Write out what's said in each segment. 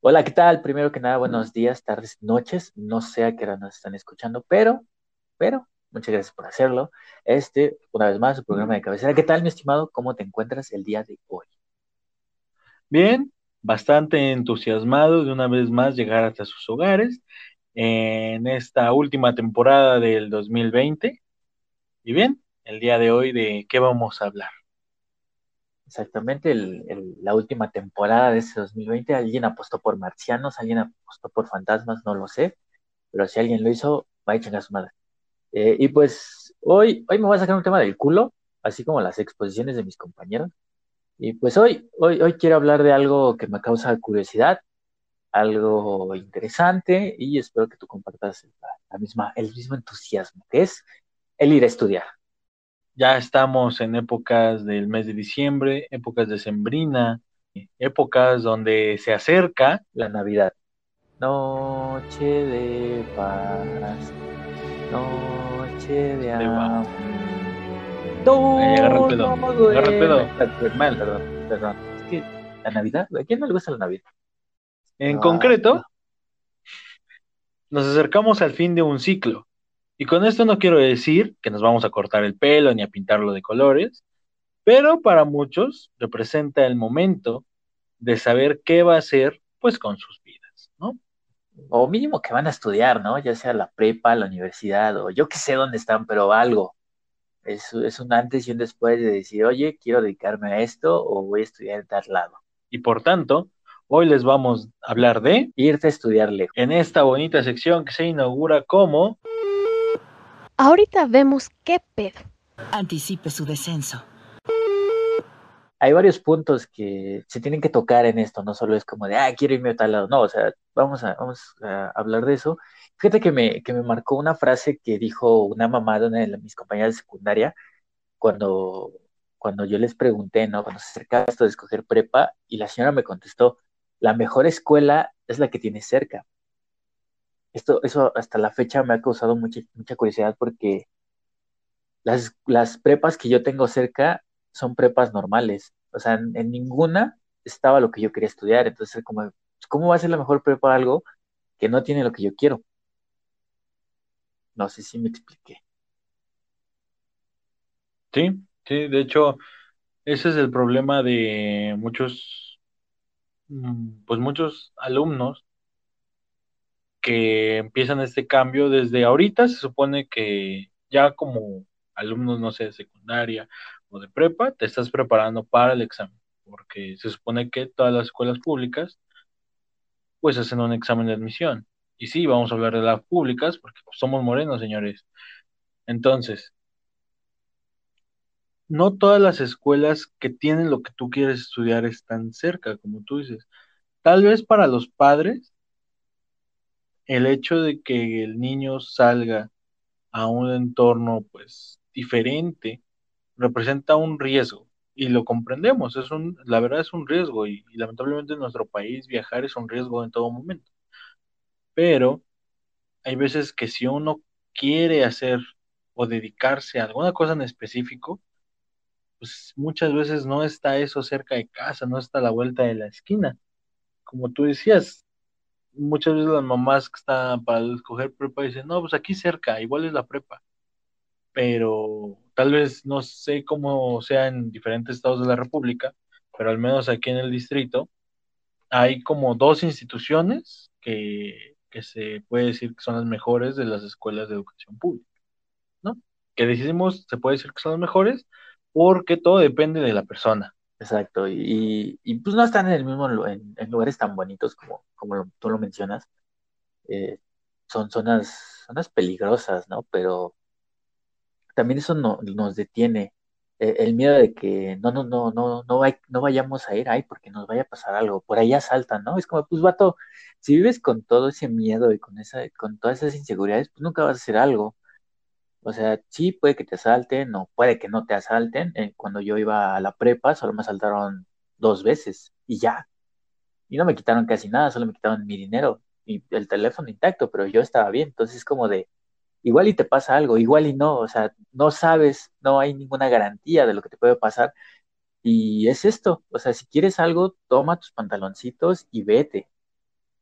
Hola, ¿qué tal? Primero que nada, buenos días, tardes, noches. No sé a qué hora nos están escuchando, pero, muchas gracias por hacerlo. Una vez más, su programa de cabecera. ¿Qué tal, mi estimado? ¿Cómo te encuentras el día de hoy? Bien, bastante entusiasmado de una vez más llegar hasta sus hogares en esta última temporada del 2020. Y bien, el día de hoy, ¿de qué vamos a hablar? Exactamente, la última temporada de este 2020. Alguien apostó por marcianos, alguien apostó por fantasmas, no lo sé, pero si alguien lo hizo, va a echar a su madre. Y pues hoy me voy a sacar un tema del culo, así como las exposiciones de mis compañeros. Y pues hoy quiero hablar de algo que me causa curiosidad, algo interesante, y espero que tú compartas el mismo entusiasmo, que es el ir a estudiar. Ya estamos en épocas del mes de diciembre, épocas decembrina, épocas donde se acerca La Navidad. Noche de paz, noche de de va. amor. Agarra el Todo pedo, agarra el duerme. pedo, mal. Perdón. Es que la Navidad, ¿a quién no le gusta la Navidad? En Ah, concreto, nos acercamos al fin de un ciclo. Y con esto no quiero decir que nos vamos a cortar el pelo ni a pintarlo de colores, pero para muchos representa el momento de saber qué va a hacer, pues, con sus vidas, ¿no? o mínimo que van a estudiar, ¿no? Ya sea la prepa, la universidad, o yo qué sé dónde están, pero algo. Es un antes y un después de decir, oye, quiero dedicarme a esto o voy a estudiar en tal lado. Y por tanto, hoy les vamos a hablar de, Irte a estudiar lejos. en esta bonita sección que se inaugura como, Ahorita vemos qué pedo. Anticipe su descenso. Hay varios puntos que se tienen que tocar en esto, no solo es como de, quiero irme a tal lado, no, o sea, vamos a hablar de eso. Fíjate que me marcó una frase que dijo una mamá de una de mis compañeras de secundaria cuando, cuando yo les pregunté, ¿no? Cuando se acercaba esto de escoger prepa, y la señora me contestó, la mejor escuela es la que tienes cerca. Eso hasta la fecha me ha causado mucha curiosidad porque las prepas que yo tengo cerca son prepas normales. O sea, en ninguna estaba lo que yo quería estudiar. Entonces, como, pues, ¿cómo va a ser la mejor prepa algo que no tiene lo que yo quiero? No sé si me expliqué. sí, sí, de hecho, ese es el problema de muchos, pues muchos alumnos que empiezan este cambio desde ahorita. Se supone que ya como alumnos, no sé, de secundaria o de prepa, te estás preparando para el examen, porque se supone que todas las escuelas públicas pues hacen un examen de admisión. Y sí, vamos a hablar de las públicas porque pues, somos morenos, señores. Entonces, no todas las escuelas que tienen lo que tú quieres estudiar están cerca, como tú dices. Tal vez para los padres, el hecho de que el niño salga a un entorno pues diferente representa un riesgo y lo comprendemos, la verdad es un riesgo y lamentablemente en nuestro país viajar es un riesgo en todo momento, pero hay veces que si uno quiere hacer o dedicarse a alguna cosa en específico, pues muchas veces no está eso cerca de casa, no está a la vuelta de la esquina. Como tú decías, muchas veces las mamás que están para escoger prepa dicen, no, pues aquí cerca, igual es la prepa, pero tal vez no sé cómo sea en diferentes estados de la República, pero al menos aquí en el distrito hay como dos instituciones que se puede decir que son las mejores de las escuelas de educación pública, ¿no? Que decimos, se puede decir que son las mejores porque todo depende de la persona. Exacto. Y, pues no están en el mismo, en lugares tan bonitos como tú lo mencionas. Eh, son zonas peligrosas, ¿no? Pero también eso nos detiene. El miedo de que no vayamos a ir ahí porque nos vaya a pasar algo, por ahí asaltan, ¿no? Es como, pues vato, si vives con todo ese miedo y con todas esas inseguridades, pues nunca vas a hacer algo. O sea, sí puede que te asalten, o puede que no te asalten. Cuando yo iba a la prepa, solo me asaltaron 2 veces y ya. Y no me quitaron casi nada, solo me quitaron mi dinero y el teléfono intacto, pero yo estaba bien. Entonces es como de, igual y te pasa algo, igual y no, o sea, no sabes, no hay ninguna garantía de lo que te puede pasar. Y es esto, o sea, si quieres algo, toma tus pantaloncitos y vete.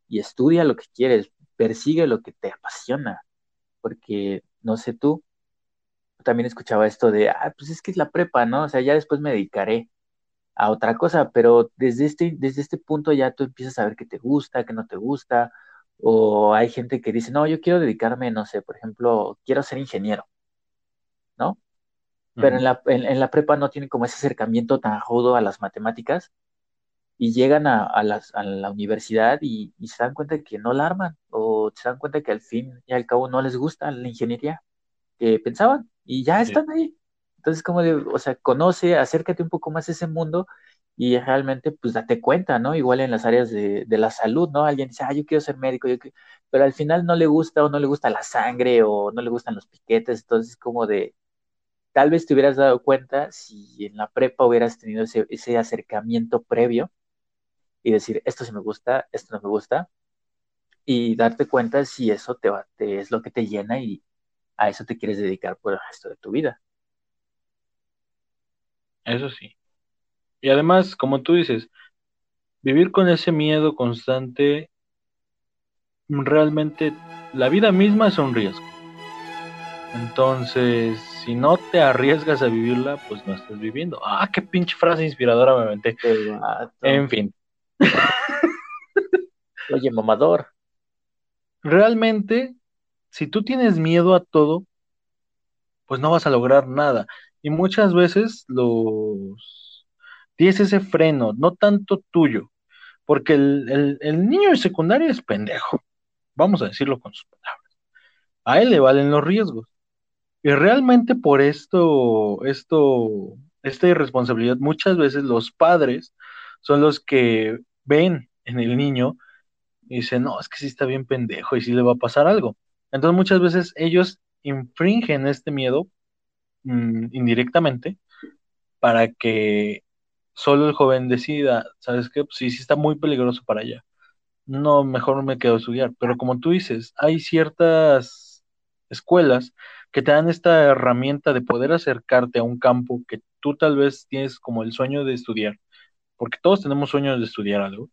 y estudia lo que quieres, persigue lo que te apasiona, porque no sé tú, también escuchaba esto de, pues es que es la prepa, ¿no? O sea, ya después me dedicaré a otra cosa, pero desde este punto ya tú empiezas a ver qué te gusta, qué no te gusta, o hay gente que dice, no, yo quiero dedicarme, no sé, por ejemplo, quiero ser ingeniero, ¿no? Pero en Ujú. la prepa no tienen como ese acercamiento tan rudo a las matemáticas y llegan a la universidad y se dan cuenta de que no la arman, o se dan cuenta que al fin y al cabo no les gusta la ingeniería que pensaban y ya Sí. están ahí. Entonces, como de, o sea, conoce, acércate un poco más a ese mundo y realmente, pues, date cuenta, ¿no? Igual en las áreas de la salud, ¿no? Alguien dice, yo quiero ser médico, pero al final no le gusta o no le gusta la sangre o no le gustan los piquetes, entonces, como de, tal vez te hubieras dado cuenta si en la prepa hubieras tenido ese acercamiento previo y decir, esto sí me gusta, esto no me gusta, y darte cuenta si eso es lo que te llena y a eso te quieres dedicar por el resto de tu vida. Eso sí. Y además, como tú dices, vivir con ese miedo constante, realmente la vida misma es un riesgo. Entonces, si no te arriesgas a vivirla, pues no estás viviendo. Qué pinche frase inspiradora me aventé. Este vato. En fin, Oye, mamador. realmente, si tú tienes miedo a todo, pues no vas a lograr nada. Y muchas veces tienes ese freno, no tanto tuyo, porque el niño de secundaria es pendejo, vamos a decirlo con sus palabras. A él le valen los riesgos. Y realmente por esta irresponsabilidad, muchas veces los padres son los que ven en el niño y dicen, no, es que sí está bien pendejo y sí le va a pasar algo. Entonces muchas veces ellos infringen este miedo indirectamente para que solo el joven decida, ¿sabes qué? Pues sí, sí está muy peligroso para allá. No, mejor me quedo a estudiar. Pero como tú dices, hay ciertas escuelas que te dan esta herramienta de poder acercarte a un campo que tú tal vez tienes como el sueño de estudiar, porque todos tenemos sueños de estudiar algo.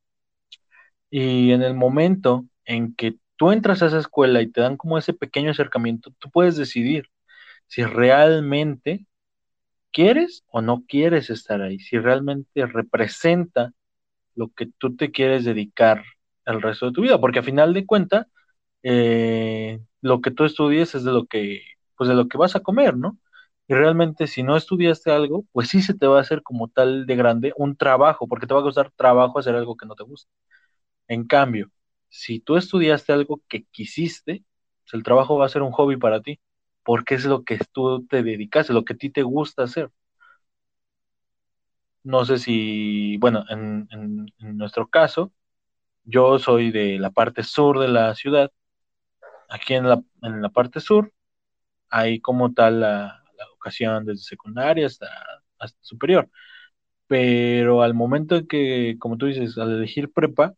Y en el momento en que tú entras a esa escuela y te dan como ese pequeño acercamiento, tú puedes decidir si realmente quieres o no quieres estar ahí, si realmente representa lo que tú te quieres dedicar el resto de tu vida, porque a final de cuentas, lo que tú estudies es pues de lo que vas a comer, ¿no? Y realmente si no estudiaste algo, pues sí se te va a hacer como tal de grande un trabajo, porque te va a costar trabajo hacer algo que no te gusta. En cambio, si tú estudiaste algo que quisiste, pues el trabajo va a ser un hobby para ti, porque es lo que tú te dedicas, lo que a ti te gusta hacer. No sé si, bueno, en nuestro caso, yo soy de la parte sur de la ciudad. Aquí en la parte sur hay como tal la educación desde secundaria hasta superior. Pero al momento en que, como tú dices, al elegir prepa,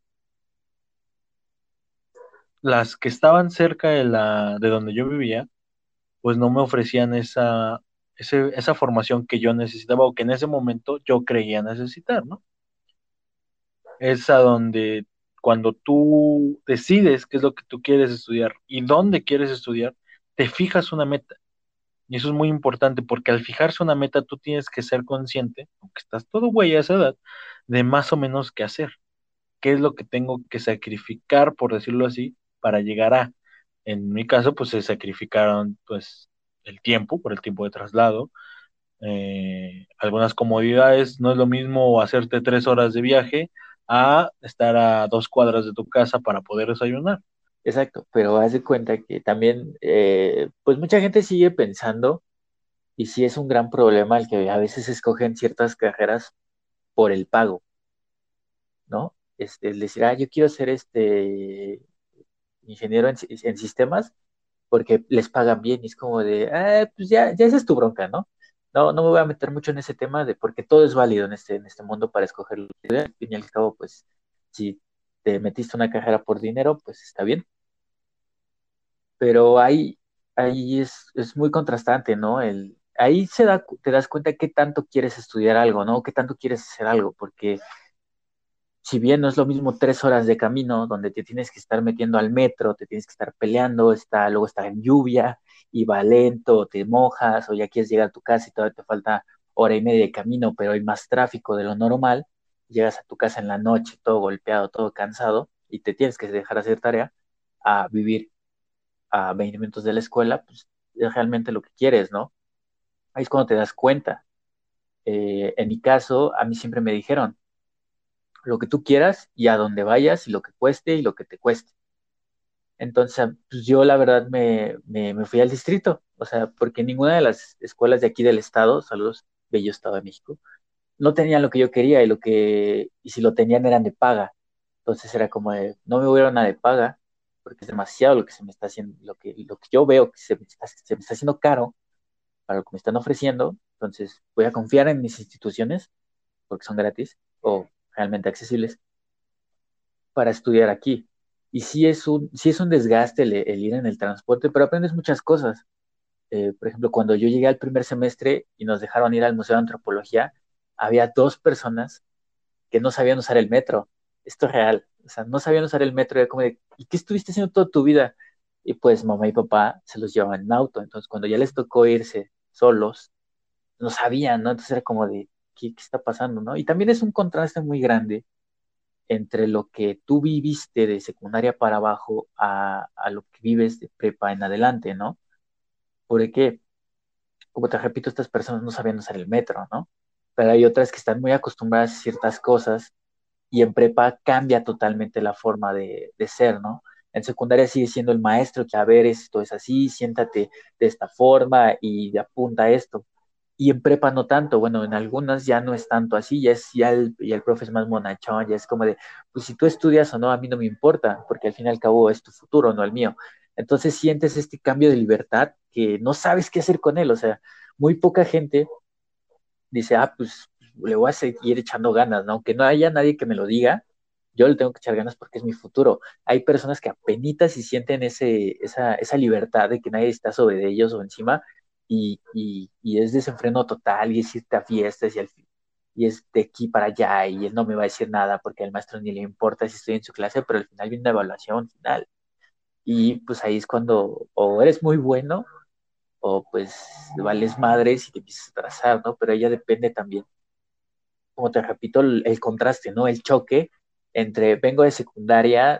las que estaban cerca de donde yo vivía, pues no me ofrecían esa formación que yo necesitaba o que en ese momento yo creía necesitar, ¿no? Es a donde cuando tú decides qué es lo que tú quieres estudiar y dónde quieres estudiar, te fijas una meta. Y eso es muy importante porque al fijarse una meta tú tienes que ser consciente, aunque estás todo güey a esa edad, de más o menos qué hacer, qué es lo que tengo que sacrificar, por decirlo así, para llegar a. En mi caso, pues se sacrificaron pues el tiempo, por el tiempo de traslado, algunas comodidades. No es lo mismo hacerte 3 horas de viaje a estar a 2 cuadras de tu casa para poder desayunar. Exacto, pero haz de cuenta que también, pues mucha gente sigue pensando, y sí es un gran problema el que a veces escogen ciertas carreras por el pago, ¿no? Es decir, yo quiero ser ingeniero en sistemas porque les pagan bien y es como de, pues ya esa es tu bronca, ¿no? No, no me voy a meter mucho en ese tema de porque todo es válido en este mundo para escoger. Al fin y al cabo, pues si te metiste una carrera por dinero, pues está bien, pero ahí es muy contrastante, ¿no? Ahí te das cuenta qué tanto quieres estudiar algo, ¿no? Qué tanto quieres hacer algo, porque si bien no es lo mismo 3 horas de camino donde te tienes que estar metiendo al metro, te tienes que estar peleando, luego está en lluvia y va lento, te mojas o ya quieres llegar a tu casa y todavía te falta hora y media de camino, pero hay más tráfico de lo normal, llegas a tu casa en la noche todo golpeado, todo cansado y te tienes que dejar hacer tarea a vivir a 20 minutos de la escuela, pues es realmente lo que quieres, ¿no? Ahí es cuando te das cuenta. En mi caso, a mí siempre me dijeron, lo que tú quieras y a donde vayas y lo que cueste y lo que te cueste. Entonces, pues yo la verdad me fui al distrito, o sea, porque ninguna de las escuelas de aquí del estado, saludos, bello estado de México, no tenían lo que yo quería y si lo tenían eran de paga. Entonces era como de, no me voy a ir a una de paga, porque es demasiado lo que se me está haciendo, lo que yo veo que se me está haciendo caro para lo que me están ofreciendo. Entonces voy a confiar en mis instituciones, porque son gratis o realmente accesibles para estudiar aquí. Y sí es un desgaste el ir en el transporte, pero aprendes muchas cosas. Por ejemplo, cuando yo llegué al primer semestre y nos dejaron ir al Museo de Antropología, había 2 personas que no sabían usar el metro. Esto es real. O sea, no sabían usar el metro. Era como de, ¿y qué estuviste haciendo toda tu vida? Y pues mamá y papá se los llevaban en auto. Entonces, cuando ya les tocó irse solos, no sabían, ¿no? Entonces era como de, ¿qué está pasando, no? Y también es un contraste muy grande entre lo que tú viviste de secundaria para abajo a lo que vives de prepa en adelante, ¿no? Porque, como te repito, estas personas no sabían usar el metro, ¿no? Pero hay otras que están muy acostumbradas a ciertas cosas y en prepa cambia totalmente la forma de ser, ¿no? En secundaria sigue siendo el maestro que, a ver, esto es así, siéntate de esta forma y apunta a esto. Y en prepa no tanto, bueno, en algunas ya no es tanto así, ya el profe es más monachón, ya es como de, pues si tú estudias o no, a mí no me importa, porque al fin y al cabo es tu futuro, no el mío. Entonces sientes este cambio de libertad que no sabes qué hacer con él, o sea, muy poca gente dice, pues le voy a seguir echando ganas, ¿no? Aunque no haya nadie que me lo diga, yo le tengo que echar ganas porque es mi futuro. Hay personas que apenitas si sienten esa libertad de que nadie está sobre de ellos o encima y es desenfreno total y es irte a fiestas y es de aquí para allá y él no me va a decir nada porque al maestro ni le importa si estoy en su clase, pero al final viene una evaluación final. Y pues ahí es cuando o eres muy bueno o pues vales madres y te empiezas a trazar, ¿no? Pero ella depende también, como te repito, el contraste, ¿no? El choque entre vengo de secundaria,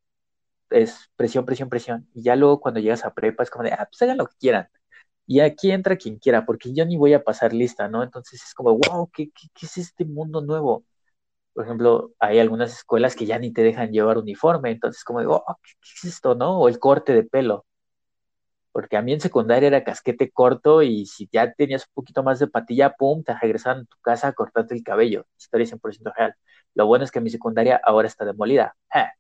es presión, presión, presión, y ya luego cuando llegas a prepa es como de, pues hagan lo que quieran. Y aquí entra quien quiera, porque yo ni voy a pasar lista, ¿no? Entonces es como, wow, ¿qué es este mundo nuevo? Por ejemplo, hay algunas escuelas que ya ni te dejan llevar uniforme, entonces como digo, ¿qué es esto, no? O el corte de pelo. Porque a mí en secundaria era casquete corto y si ya tenías un poquito más de patilla, pum, te regresaban a tu casa a cortarte el cabello. Historia 100% real. Lo bueno es que mi secundaria ahora está demolida.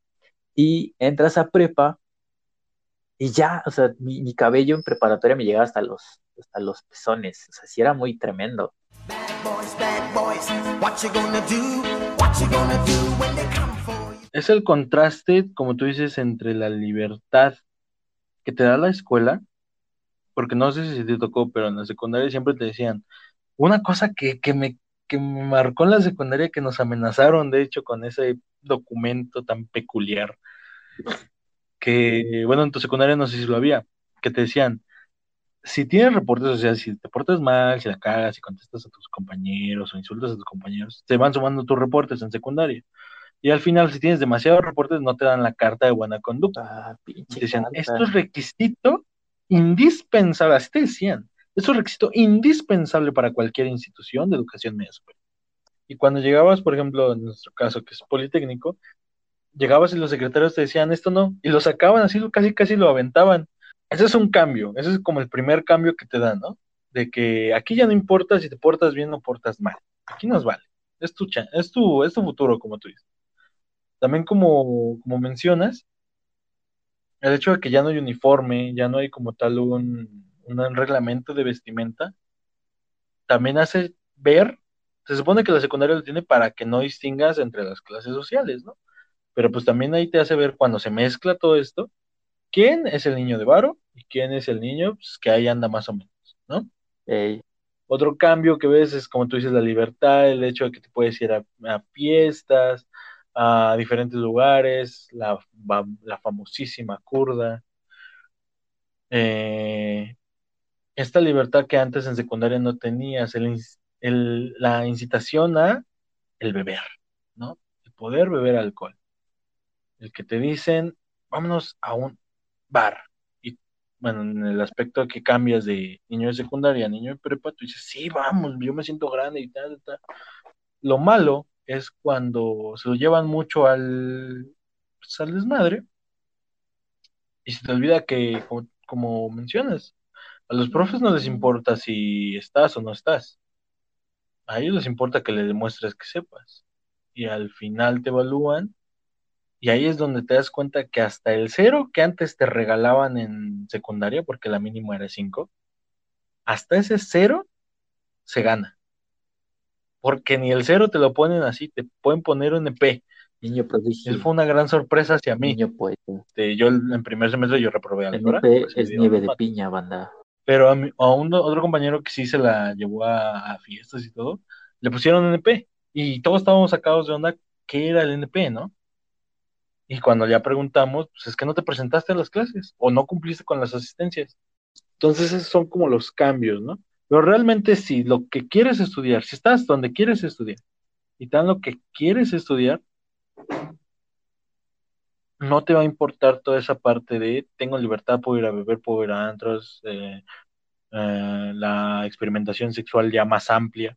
Y entras a prepa y ya, o sea, mi cabello en preparatoria me llegaba hasta los pezones. O sea, sí era muy tremendo. Bad boys, what you gonna do? What you gonna do when they come for you? Es el contraste, como tú dices, entre la libertad que te da la escuela, porque no sé si te tocó, pero en la secundaria siempre te decían, una cosa que me marcó en la secundaria, que nos amenazaron, de hecho, con ese documento tan peculiar, que, bueno, en tu secundaria no sé si lo había, que te decían, si tienes reportes, o sea, si te portas mal, si la cagas, si contestas a tus compañeros o insultas a tus compañeros, te van sumando tus reportes en secundaria. Y al final, si tienes demasiados reportes, no te dan la carta de buena conducta. Y Pinche te decían, esto carta. es requisito indispensable, así te decían, esto es requisito indispensable para cualquier institución de educación media superior. Y cuando llegabas, por ejemplo, en nuestro caso, que es Politécnico, llegabas y los secretarios te decían, esto no, y lo sacaban así, casi casi lo aventaban. Ese es un cambio, ese es como el primer cambio que te dan, ¿no? De que aquí ya no importa si te portas bien o portas mal, aquí nos vale, es tu futuro, como tú dices. También como mencionas, el hecho de que ya no hay uniforme, ya no hay como tal un reglamento de vestimenta, también hace ver, se supone que la secundaria lo tiene para que no distingas entre las clases sociales, ¿no? Pero pues también ahí te hace ver cuando se mezcla todo esto, quién es el niño de varo y quién es el niño pues, que ahí anda más o menos, ¿no? Ey, Otro cambio que ves es, como tú dices, la libertad, el hecho de que te puedes ir a fiestas, a diferentes lugares, la famosísima kurda, eh, esta libertad que antes en secundaria no tenías, la incitación a el beber, ¿no? El poder beber alcohol. El que te dicen, vámonos a un bar. Y bueno, en el aspecto que cambias de niño de secundaria a niño de prepa, tú dices, sí, vamos, yo me siento grande y tal, tal. Lo malo es cuando se lo llevan mucho pues, al desmadre y se te olvida que, como mencionas, a los profes no les importa si estás o no estás. A ellos les importa que les demuestres que sepas. Y al final te evalúan. Y ahí es donde te das cuenta que hasta el cero que antes te regalaban en secundaria, porque la mínima era 5, hasta ese cero se gana. Porque ni el cero te lo ponen así, te pueden poner un EP. Niño Eso prodigio, fue una gran sorpresa hacia mí. niño poeta. Yo en primer semestre yo reprobé álgebra, NP pues me es dieron nieve las de mates. piña, banda. Pero otro compañero que sí se la llevó a fiestas y todo, le pusieron NP. Y todos estábamos sacados de onda qué era el NP, ¿no? Y cuando ya preguntamos, pues es que no te presentaste a las clases o no cumpliste con las asistencias. Entonces esos son como los cambios, ¿no? Pero realmente si lo que quieres estudiar, si estás donde quieres estudiar y tan lo que quieres estudiar, no te va a importar toda esa parte de tengo libertad, puedo ir a beber, puedo ir a antros, la experimentación sexual ya más amplia,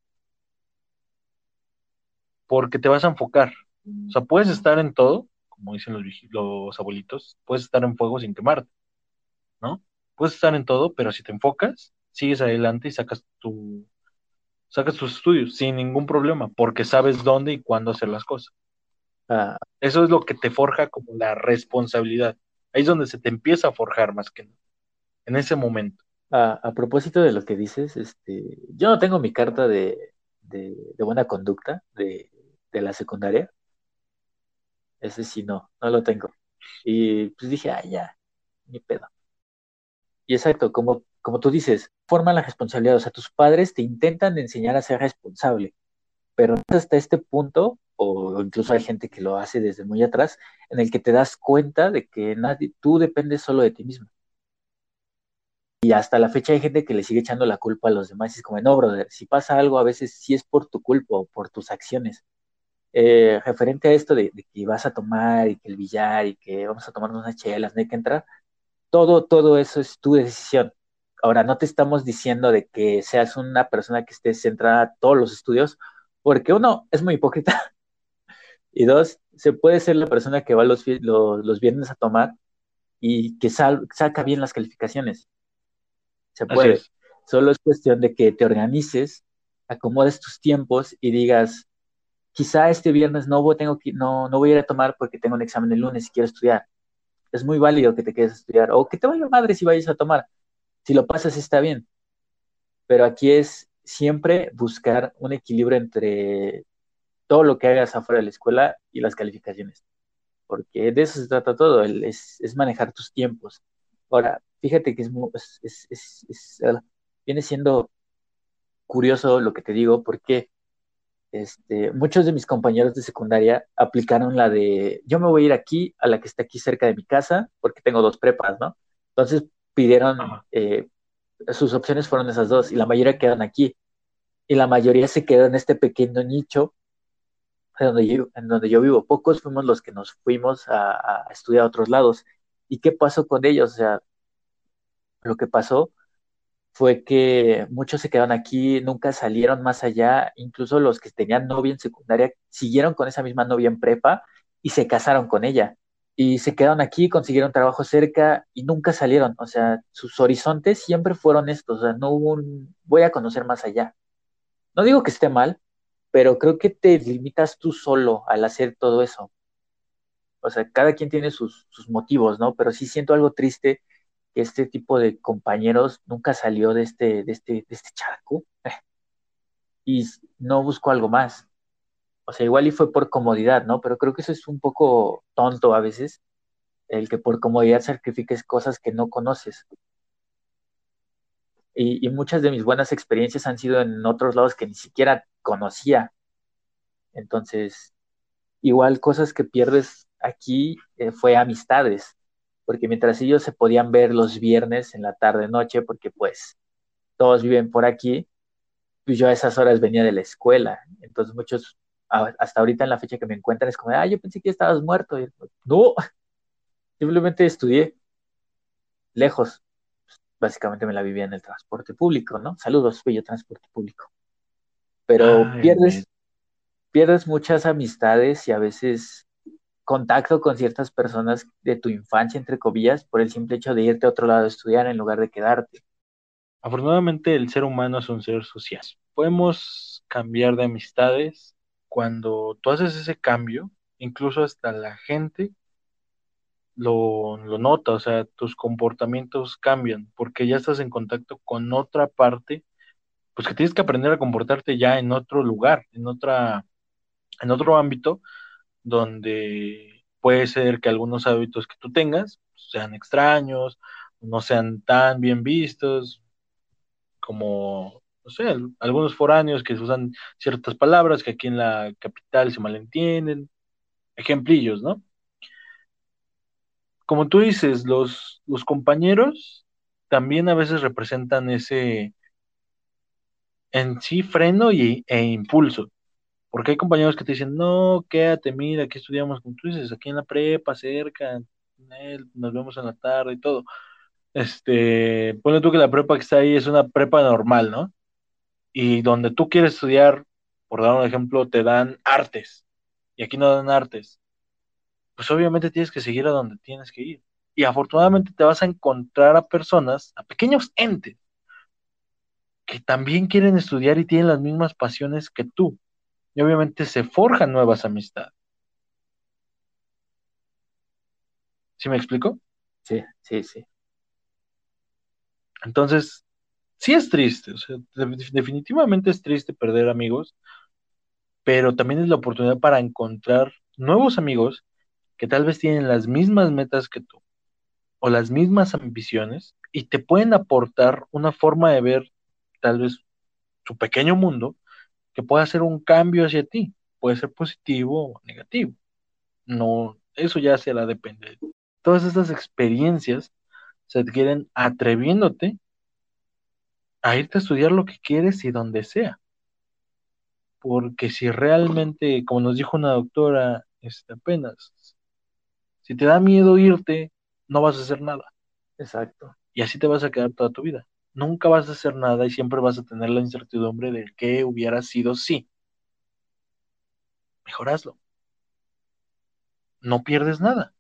porque te vas a enfocar. O sea, puedes estar en todo, como dicen los abuelitos, puedes estar en fuego sin quemarte, ¿no? Puedes estar en todo, pero si te enfocas, sigues adelante y sacas tus estudios sin ningún problema, porque sabes dónde y cuándo hacer las cosas. Ah, Eso es lo que te forja como la responsabilidad. Ahí es donde se te empieza a forjar más que nada, en ese momento. a propósito de lo que dices, yo no tengo mi carta de buena conducta de la secundaria. Ese sí no lo tengo. Y pues dije, ya, ni pedo. Y exacto, como tú dices, forman la responsabilidad. O sea, tus padres te intentan enseñar a ser responsable, pero no es hasta este punto, o incluso hay gente que lo hace desde muy atrás, en el que te das cuenta de que tú dependes solo de ti mismo. Y hasta la fecha hay gente que le sigue echando la culpa a los demás. Y es como, no, brother, si pasa algo, a veces sí es por tu culpa o por tus acciones. Referente a esto de que vas a tomar y que el billar y que vamos a tomarnos unas chelas, no hay que entrar, todo eso es tu decisión. Ahora, no te estamos diciendo de que seas una persona que esté centrada a todos los estudios, porque uno, es muy hipócrita, y dos, se puede ser la persona que va los viernes a tomar y que saca bien las calificaciones. Se Así puede. es. Solo es cuestión de que te organices, acomodes tus tiempos y digas, quizá este viernes no voy a ir a tomar porque tengo un examen el lunes y quiero estudiar. Es muy válido que te quedes a estudiar o que te vaya madre si vayas a tomar. Si lo pasas está bien, pero aquí es siempre buscar un equilibrio entre todo lo que hagas afuera de la escuela y las calificaciones, porque de eso se trata todo, es manejar tus tiempos. Ahora, fíjate que viene siendo curioso lo que te digo, porque muchos de mis compañeros de secundaria aplicaron la de, yo me voy a ir aquí, a la que está aquí cerca de mi casa, porque tengo dos prepas, ¿no? Entonces pidieron, Ajá. sus opciones fueron esas dos, y la mayoría quedan aquí, y la mayoría se quedó en este pequeño nicho en donde yo vivo. Pocos fuimos los que nos fuimos a estudiar a otros lados. ¿Y qué pasó con ellos? O sea, lo que pasó fue que muchos se quedaron aquí, nunca salieron más allá, incluso los que tenían novia en secundaria siguieron con esa misma novia en prepa y se casaron con ella. Y se quedaron aquí, consiguieron trabajo cerca y nunca salieron. O sea, sus horizontes siempre fueron estos. O sea, no hubo voy a conocer más allá. No digo que esté mal, pero creo que te limitas tú solo al hacer todo eso. O sea, cada quien tiene sus motivos, ¿no? Pero sí siento algo triste que este tipo de compañeros nunca salió de este charco y no buscó algo más. O sea, igual y fue por comodidad, ¿no? Pero creo que eso es un poco tonto a veces, el que por comodidad sacrifiques cosas que no conoces. Y muchas de mis buenas experiencias han sido en otros lados que ni siquiera conocía. Entonces, Igual cosas que pierdes aquí fue amistades, porque mientras ellos se podían ver los viernes en la tarde noche, porque pues todos viven por aquí, pues yo a esas horas venía de la escuela, entonces muchos, hasta ahorita en la fecha que me encuentran es como, yo pensé que estabas muerto, y, no, simplemente estudié lejos, básicamente me la vivía en el transporte público, ¿no? Saludos, bello transporte público, pero Ay, pierdes muchas amistades y a veces contacto con ciertas personas de tu infancia, entre comillas, por el simple hecho de irte a otro lado a estudiar en lugar de quedarte. afortunadamente el ser humano es un ser social. Podemos cambiar de amistades cuando tú haces ese cambio, incluso hasta la gente lo nota, o sea, tus comportamientos cambian porque ya estás en contacto con otra parte, pues que tienes que aprender a comportarte ya en otro lugar, en otro ámbito donde puede ser que algunos hábitos que tú tengas sean extraños, no sean tan bien vistos, como, no sé, algunos foráneos que usan ciertas palabras que aquí en la capital se malentienden, ejemplillos, ¿no? Como tú dices, los compañeros también a veces representan ese en sí freno e impulso, porque hay compañeros que te dicen, no, quédate, mira, aquí estudiamos, como tú dices, aquí en la prepa, cerca, nos vemos en la tarde y todo. Ponle tú que la prepa que está ahí es una prepa normal, ¿no? Y donde tú quieres estudiar, por dar un ejemplo, te dan artes, y aquí no dan artes, pues obviamente tienes que seguir a donde tienes que ir. Y afortunadamente te vas a encontrar a personas, a pequeños entes, que también quieren estudiar y tienen las mismas pasiones que tú. Y obviamente se forjan nuevas amistades. ¿Sí me explico? Sí, sí, sí. Entonces, sí es triste, o sea, definitivamente es triste perder amigos, pero también es la oportunidad para encontrar nuevos amigos que tal vez tienen las mismas metas que tú o las mismas ambiciones y te pueden aportar una forma de ver tal vez su pequeño mundo que pueda hacer un cambio hacia ti. Puede ser positivo o negativo. No, eso ya será depende. Todas estas experiencias se adquieren atreviéndote a irte a estudiar lo que quieres y donde sea. Porque si realmente, como nos dijo una doctora apenas, si te da miedo irte, no vas a hacer nada. Exacto. Y así te vas a quedar toda tu vida. Nunca vas a hacer nada y siempre vas a tener la incertidumbre de qué hubiera sido si. Mejor hazlo. No pierdes nada.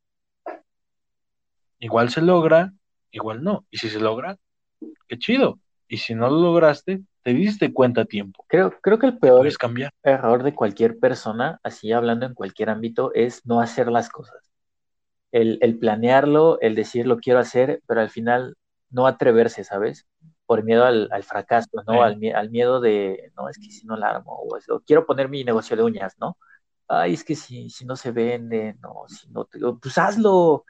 Igual se logra, igual no. Y si se logra, qué chido. Y si no lo lograste, te diste cuenta a tiempo Creo que el que puedes peor cambiar. error de cualquier persona, así hablando en cualquier ámbito, es no hacer las cosas. El planearlo, el decir lo quiero hacer, pero al final no atreverse, ¿sabes? Por miedo al fracaso, ¿no? Eh, Al miedo de, no, es que si no la armo, o quiero poner mi negocio de uñas, ¿no? Ay, es que si no se vende, no, si no, pues hazlo.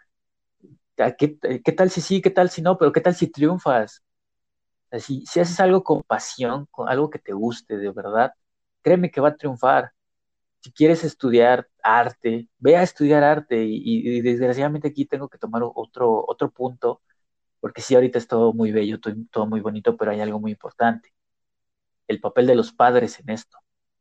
¿Qué tal si sí, qué tal si no? Pero ¿qué tal si triunfas? O sea, si haces algo con pasión, con algo que te guste de verdad, créeme que va a triunfar. Si quieres estudiar arte, ve a estudiar arte y desgraciadamente aquí tengo que tomar otro punto, porque sí, ahorita es todo muy bello, todo muy bonito, pero hay algo muy importante, el papel de los padres en esto.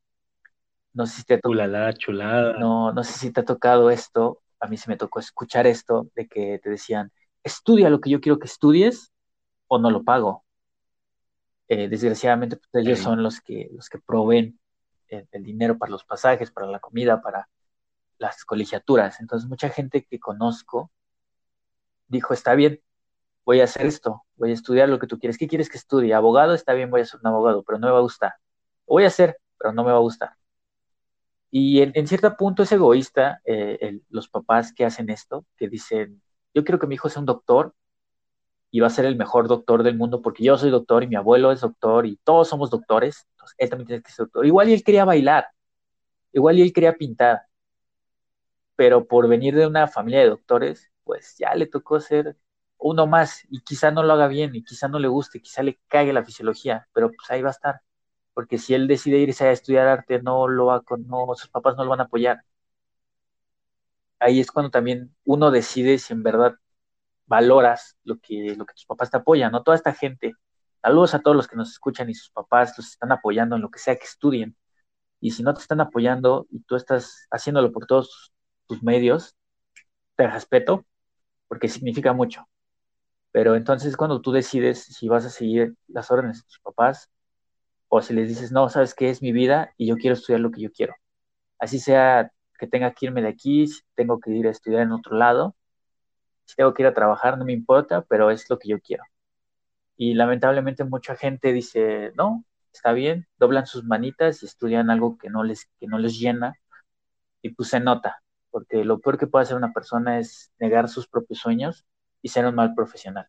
No sé si te ha, to- ulala, chulada. no sé si te ha tocado esto, a mí se me tocó escuchar esto, de que te decían, estudia lo que yo quiero que estudies o no lo pago. Desgraciadamente, pues ellos Ey, son los que proveen el dinero para los pasajes, para la comida, para las colegiaturas. Entonces, mucha gente que conozco dijo, está bien, voy a hacer esto, voy a estudiar lo que tú quieres. ¿Qué quieres que estudie? Abogado, está bien, voy a ser un abogado, pero no me va a gustar. Lo voy a hacer, pero no me va a gustar. Y en cierto punto es egoísta los papás que hacen esto, que dicen, yo quiero que mi hijo sea un doctor y va a ser el mejor doctor del mundo porque yo soy doctor y mi abuelo es doctor y todos somos doctores, entonces él también tiene que ser doctor. Igual y él quería bailar, igual y él quería pintar, pero por venir de una familia de doctores, pues ya le tocó ser uno más y quizá no lo haga bien y quizá no le guste, quizá le cague la fisiología, pero pues ahí va a estar, porque si él decide irse a estudiar arte, no lo va con, no, sus papás no lo van a apoyar. ahí es cuando también uno decide si en verdad valoras lo que tus papás te apoyan, ¿no? Toda esta gente, saludos a todos los que nos escuchan y sus papás los están apoyando en lo que sea que estudien. Y si no te están apoyando y tú estás haciéndolo por todos tus medios, te respeto porque significa mucho. Pero entonces cuando tú decides si vas a seguir las órdenes de tus papás o si les dices, no, sabes qué es mi vida y yo quiero estudiar lo que yo quiero. Así sea que tenga que irme de aquí, si tengo que ir a estudiar en otro lado, si tengo que ir a trabajar, no me importa, pero es lo que yo quiero. Y lamentablemente mucha gente dice, no, está bien, doblan sus manitas y estudian algo que no les llena y pues se nota, porque lo peor que puede hacer una persona es negar sus propios sueños y ser un mal profesional.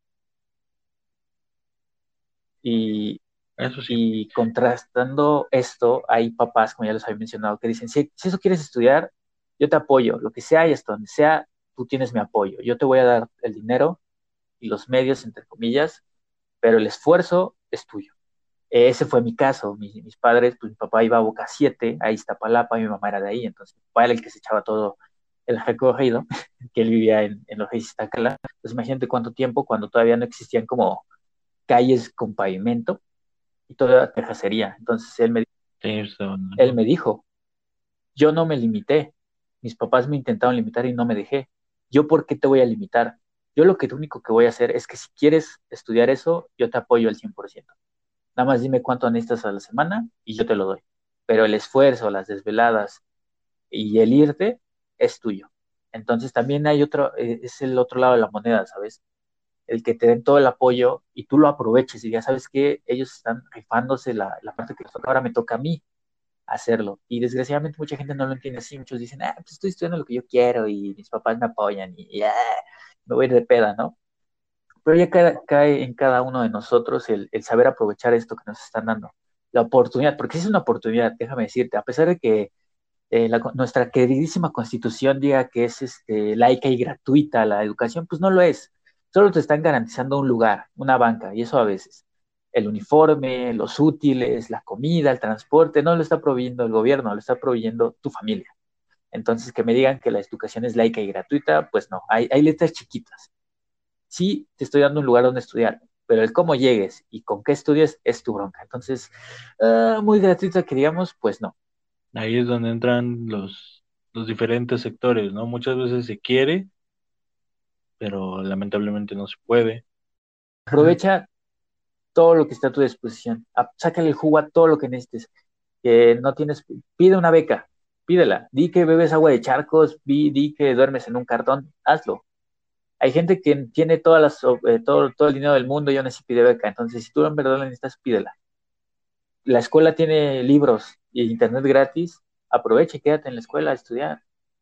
Y, Eso sí. y contrastando esto, hay papás, como ya les había mencionado, que dicen, si eso quieres estudiar, yo te apoyo, lo que sea y hasta donde sea, tú tienes mi apoyo, yo te voy a dar el dinero y los medios, entre comillas, pero el esfuerzo es tuyo. Ese fue mi caso. Mis padres, pues mi papá iba a Boca 7, a Iztapalapa, mi mamá era de ahí, entonces mi papá era el que se echaba todo el recorrido, que él vivía en los Reyes Iztacala. Pues imagínate cuánto tiempo cuando todavía no existían como calles con pavimento y toda terracería. Entonces Sí, eso, ¿no? él me dijo, yo no me limité, mis papás me intentaron limitar y no me dejé. ¿Yo por qué te voy a limitar? Yo lo único que voy a hacer es que si quieres estudiar eso, yo te apoyo al 100%. Nada más dime cuánto necesitas a la semana y yo te lo doy. Pero el esfuerzo, las desveladas y el irte es tuyo. Entonces también hay otro, es el otro lado de la moneda, ¿sabes? El que te den todo el apoyo y tú lo aproveches y ya sabes que ellos están rifándose la parte que les toca, ahora me toca a mí hacerlo. Y desgraciadamente mucha gente no lo entiende así, muchos dicen, pues estoy estudiando lo que yo quiero y mis papás me apoyan y me voy a ir de peda, ¿no? Pero ya cae en cada uno de nosotros el saber aprovechar esto que nos están dando, la oportunidad, porque es una oportunidad, déjame decirte, a pesar de que nuestra queridísima Constitución diga que es laica y gratuita la educación, pues no lo es. Solo te están garantizando un lugar, una banca, y eso a veces. El uniforme, los útiles, la comida, el transporte, no lo está proveyendo el gobierno, lo está proveyendo tu familia. Entonces, que me digan que la educación es laica y gratuita, pues no, hay letras chiquitas. Sí, te estoy dando un lugar donde estudiar, pero el cómo llegues y con qué estudies es tu bronca. Entonces, muy gratuito que digamos, pues no. Ahí es donde entran los diferentes sectores, ¿no? Muchas veces se quiere, pero lamentablemente no se puede. Aprovecha todo lo que está a tu disposición. Sácale el jugo a todo lo que necesites. Que no tienes, pide una beca, pídela. Di que bebes agua de charcos, di que duermes en un cartón, hazlo. Hay gente que tiene todo el dinero del mundo y aún así pide beca. Entonces, si tú en verdad la necesitas, pídela. La escuela tiene libros y internet gratis. Aprovecha y quédate en la escuela a estudiar.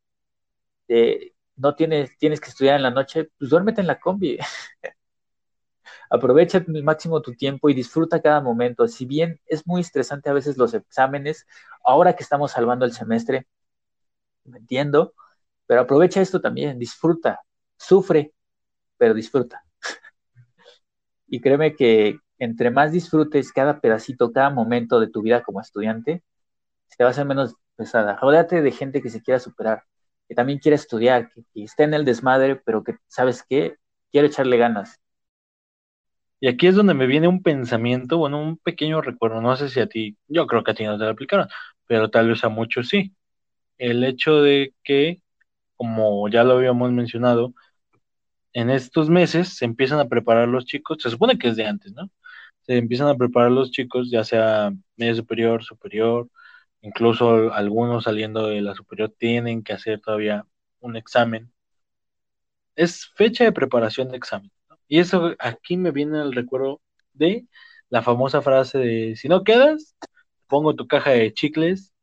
No tienes que estudiar en la noche, pues duérmete en la combi. Aprovecha al máximo tu tiempo y disfruta cada momento. Si bien es muy estresante a veces los exámenes, ahora que estamos salvando el semestre, me entiendo, pero aprovecha esto también, disfruta, sufre, pero disfruta. Y créeme que entre más disfrutes cada pedacito, cada momento de tu vida como estudiante, se te va a hacer menos pesada. Rodéate de gente que se quiera superar, que también quiera estudiar, que esté en el desmadre, pero que, ¿sabes qué? Quiero echarle ganas. Y aquí es donde me viene un pensamiento, bueno, un pequeño recuerdo, no sé si a ti, yo creo que a ti no te lo aplicaron, pero tal vez a muchos sí. El hecho de que, como ya lo habíamos mencionado, en estos meses se empiezan a preparar los chicos, se supone que es de antes, ¿no? Se empiezan a preparar los chicos, ya sea medio superior, superior, incluso algunos saliendo de la superior tienen que hacer todavía un examen. Es fecha de preparación de examen, ¿no? Y eso aquí me viene el recuerdo de la famosa frase de si no quedas, pongo tu caja de chicles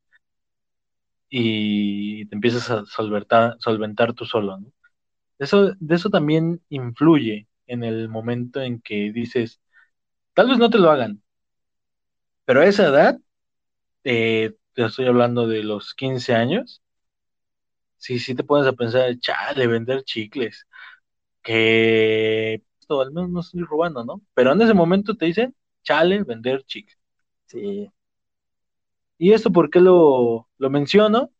y te empiezas a solventar tú solo, ¿no? De eso también influye en el momento en que dices, tal vez no te lo hagan, pero a esa edad, te estoy hablando de los 15 años, sí te pones a pensar, chale, vender chicles, que esto, al menos no estoy robando, ¿no? Pero en ese momento te dicen, chale, vender chicles. Sí, ¿Y esto por qué lo menciono?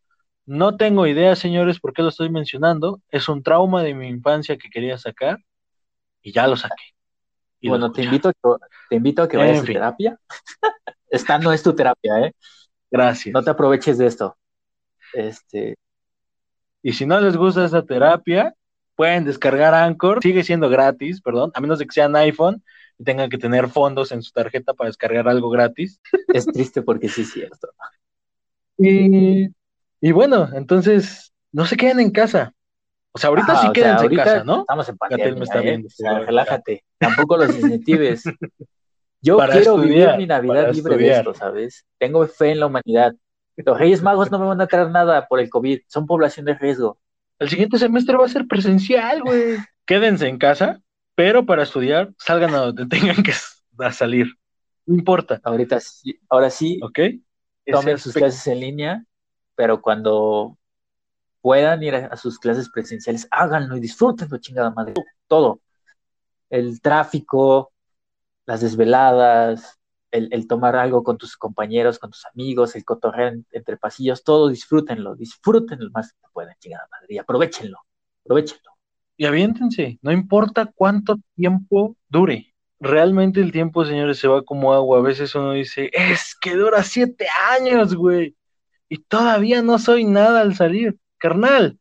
No tengo idea, señores, por qué lo estoy mencionando. Es un trauma de mi infancia que quería sacar y ya lo saqué. Y lo Bueno, escucharon. te invito a que vayas En a fin, terapia. Esta no es tu terapia, ¿eh? No te gracias. aproveches de esto. Este, Y si no les gusta esa terapia, pueden descargar Anchor. Sigue siendo gratis, perdón, a menos de que sean iPhone y tengan que tener fondos en su tarjeta para descargar algo gratis. es triste porque sí es cierto. Y, y bueno, entonces, no se queden en casa. O sea, ahorita Ajá, sí o sea, quédense en ahorita casa, ¿no? estamos en Gatel me pandemia, está ¿eh? viendo, O sea, seguro acá. relájate. Tampoco los incentives. Yo Para quiero vivir estudiar, mi Navidad para libre de estudiar. esto, ¿sabes? Tengo fe en la humanidad. Los Reyes Magos no me van a traer nada por el COVID. Son población de riesgo. El siguiente semestre va a ser presencial, güey. Quédense en casa, pero para estudiar, salgan a donde tengan que a salir. No importa, Ahorita sí, ahora sí, ¿ok? Ese tomen sus aspecto. clases en línea, pero cuando puedan ir a sus clases presenciales, háganlo y disfrútenlo, chingada madre. Todo. El tráfico, las desveladas, el tomar algo con tus compañeros, con tus amigos, el cotorreo entre pasillos, todo disfrútenlo lo más que puedan, chingada madre, y aprovechenlo. Y aviéntense, no importa cuánto tiempo dure. Realmente el tiempo, señores, se va como agua. A veces uno dice, es que dura 7 años, güey. Y todavía no soy nada al salir. Carnal,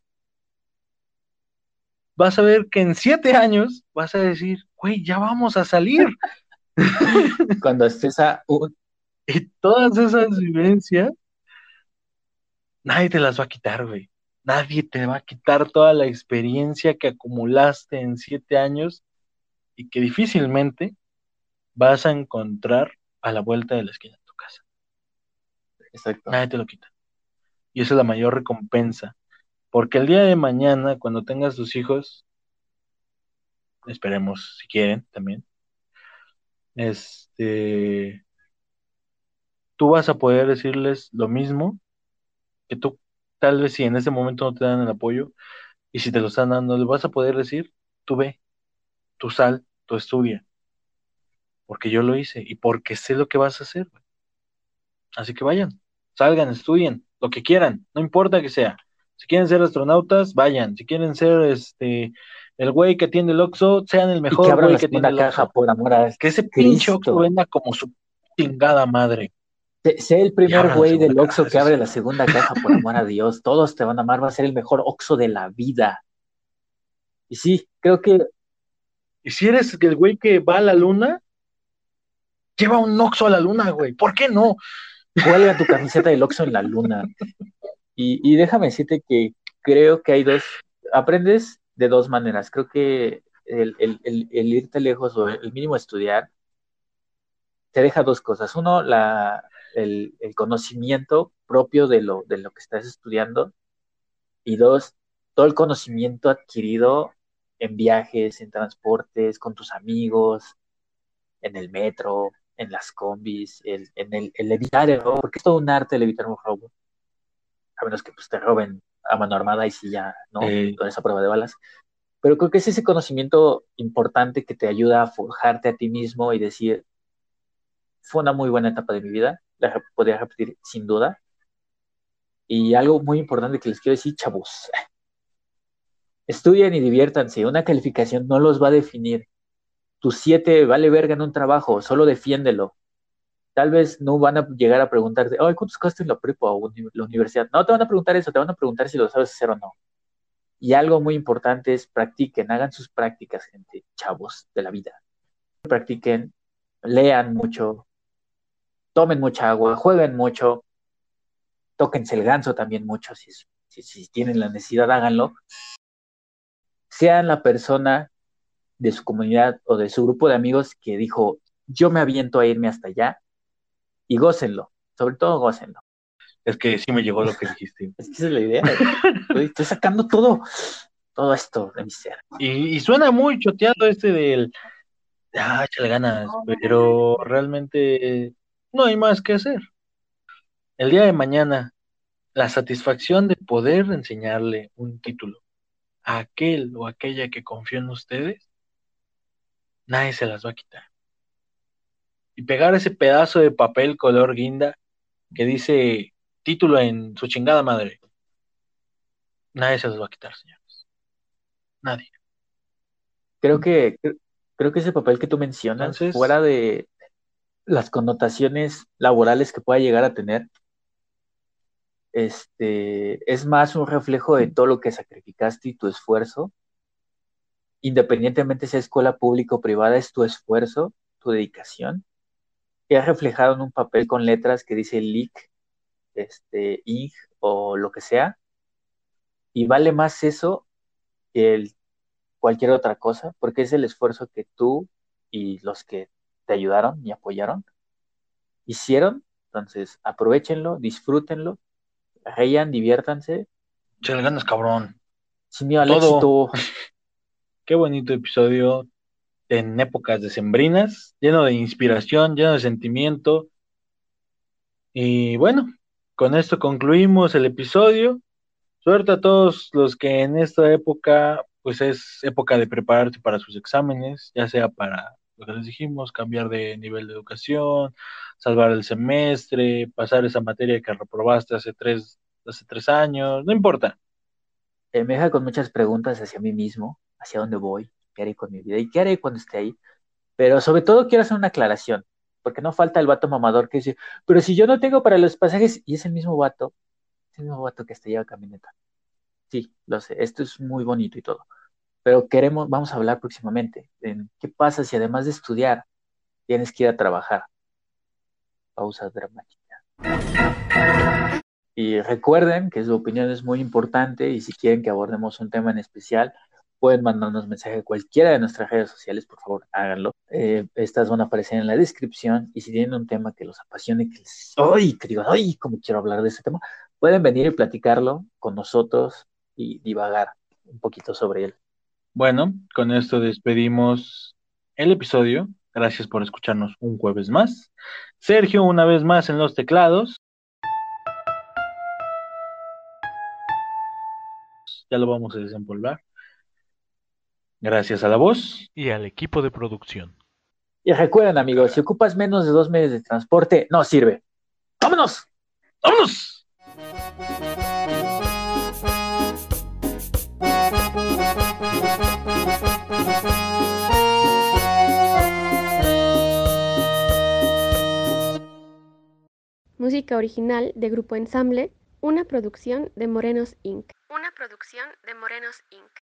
vas a ver que en 7 años vas a decir, güey, ya vamos a salir. Cuando estés Y todas esas vivencias, nadie te las va a quitar, güey. Nadie te va a quitar toda la experiencia que acumulaste en 7 años y que difícilmente vas a encontrar a la vuelta de la esquina de tu casa. exacto. Nadie te lo quita. Y esa es la mayor recompensa. Porque el día de mañana, cuando tengas tus hijos, esperemos si quieren también, este, tú vas a poder decirles lo mismo que tú, tal vez si en ese momento no te dan el apoyo, y si te lo están dando, le vas a poder decir, tú ve, tú sal, tú estudia, porque yo lo hice y porque sé lo que vas a hacer. Así que vayan, salgan, estudien, lo que quieran, no importa que sea. Si quieren ser astronautas, vayan. Si quieren ser el güey que atiende el Oxxo, sean el Y que mejor abran güey la que atiende segunda el caja, Oxxo. por amor a Que ese pinche Oxxo Cristo. venda como su chingada madre. Sé el Y primer abran la güey segunda del caja, Oxxo que eso sí. abre la segunda caja, por amor a Dios. Todos te van a amar, va a ser el mejor Oxxo de la vida. Y sí, creo que Y si eres el güey que va a la luna, lleva un Oxxo a la luna, güey. ¿Por qué no? cuelga tu camiseta del Oxxo en la luna. Y déjame decirte que creo que hay aprendes de dos maneras. Creo que el irte lejos o el mínimo estudiar te deja dos cosas. Uno, el conocimiento propio de lo que estás estudiando. Y dos, todo el conocimiento adquirido en viajes, en transportes, con tus amigos, en el metro, en las combis, el evitar el robo, porque es todo un arte el evitar un robo, a menos que pues, te roben a mano armada y si ya, ¿no? Eh, Con esa prueba de balas. Pero creo que es ese conocimiento importante que te ayuda a forjarte a ti mismo y decir, fue una muy buena etapa de mi vida, la podría repetir sin duda. Y algo muy importante que les quiero decir, chavos, estudien y diviértanse. Una calificación no los va a definir. Tu 7 vale verga en un trabajo, solo defiéndelo. Tal vez no van a llegar a preguntarte, ay, ¿cuántos costos en la prepa o la universidad? No te van a preguntar eso, te van a preguntar si lo sabes hacer o no. Y algo muy importante es practiquen, hagan sus prácticas, gente, chavos de la vida. Practiquen, lean mucho, tomen mucha agua, jueguen mucho, tóquense el ganso también mucho, si tienen la necesidad, háganlo. Sean la persona de su comunidad o de su grupo de amigos que dijo, yo me aviento a irme hasta allá y gócenlo, sobre todo gócenlo. es que sí me llegó lo que dijiste. Es que esa es la idea. Estoy sacando todo esto de mi ser. Y suena muy choteado del, échale ganas, pero realmente no hay más que hacer. El día de mañana, la satisfacción de poder enseñarle un título a aquel o aquella que confió en ustedes, nadie se las va a quitar. Y pegar ese pedazo de papel color guinda que dice título en su chingada madre. Nadie se los va a quitar, señores. Nadie. Creo que, creo que ese papel que tú mencionas, Entonces, fuera de las connotaciones laborales que pueda llegar a tener, es más un reflejo de todo lo que sacrificaste y tu esfuerzo, independientemente sea escuela pública o privada, es tu esfuerzo, tu dedicación, que ha reflejado en un papel con letras que dice LIC, ING o lo que sea, y vale más eso que cualquier otra cosa, porque es el esfuerzo que tú y los que te ayudaron y apoyaron hicieron. Entonces, aprovechenlo, disfrútenlo, rían, diviértanse, échale ganas, cabrón. sin miedo al Todo. éxito. Qué bonito episodio en épocas decembrinas, lleno de inspiración, lleno de sentimiento. Y bueno, con esto concluimos el episodio. Suerte a todos los que en esta época, pues es época de prepararte para sus exámenes, ya sea para lo que les dijimos, cambiar de nivel de educación, salvar el semestre, pasar esa materia que reprobaste hace tres años, no importa. Me deja con muchas preguntas hacia mí mismo, hacia dónde voy, qué haré con mi vida y qué haré cuando esté ahí. Pero sobre todo quiero hacer una aclaración, porque no falta el vato mamador que dice, pero si yo no tengo para los pasajes, y es el mismo vato que hasta lleva camioneta. Sí, lo sé, esto es muy bonito y todo, pero vamos a hablar próximamente en qué pasa si además de estudiar tienes que ir a trabajar. Pausa dramática. Y recuerden que su opinión es muy importante y si quieren que abordemos un tema en especial, pueden mandarnos mensaje a cualquiera de nuestras redes sociales, por favor, háganlo. Estas van a aparecer en la descripción y si tienen un tema que los apasione, ¡ay! Que digan, ¡ay! ¿Cómo quiero hablar de ese tema? Pueden venir y platicarlo con nosotros y divagar un poquito sobre él. Bueno, con esto despedimos el episodio. Gracias por escucharnos un jueves más. Sergio, una vez más en los teclados. Ya lo vamos a desempolvar. Gracias a la voz y al equipo de producción. Y recuerden, amigos, si ocupas menos de 2 medios de transporte, no sirve. ¡Vámonos! ¡Vámonos! Música original de Grupo Ensamble, una producción de Morenos Inc. Una producción de Morenos Inc.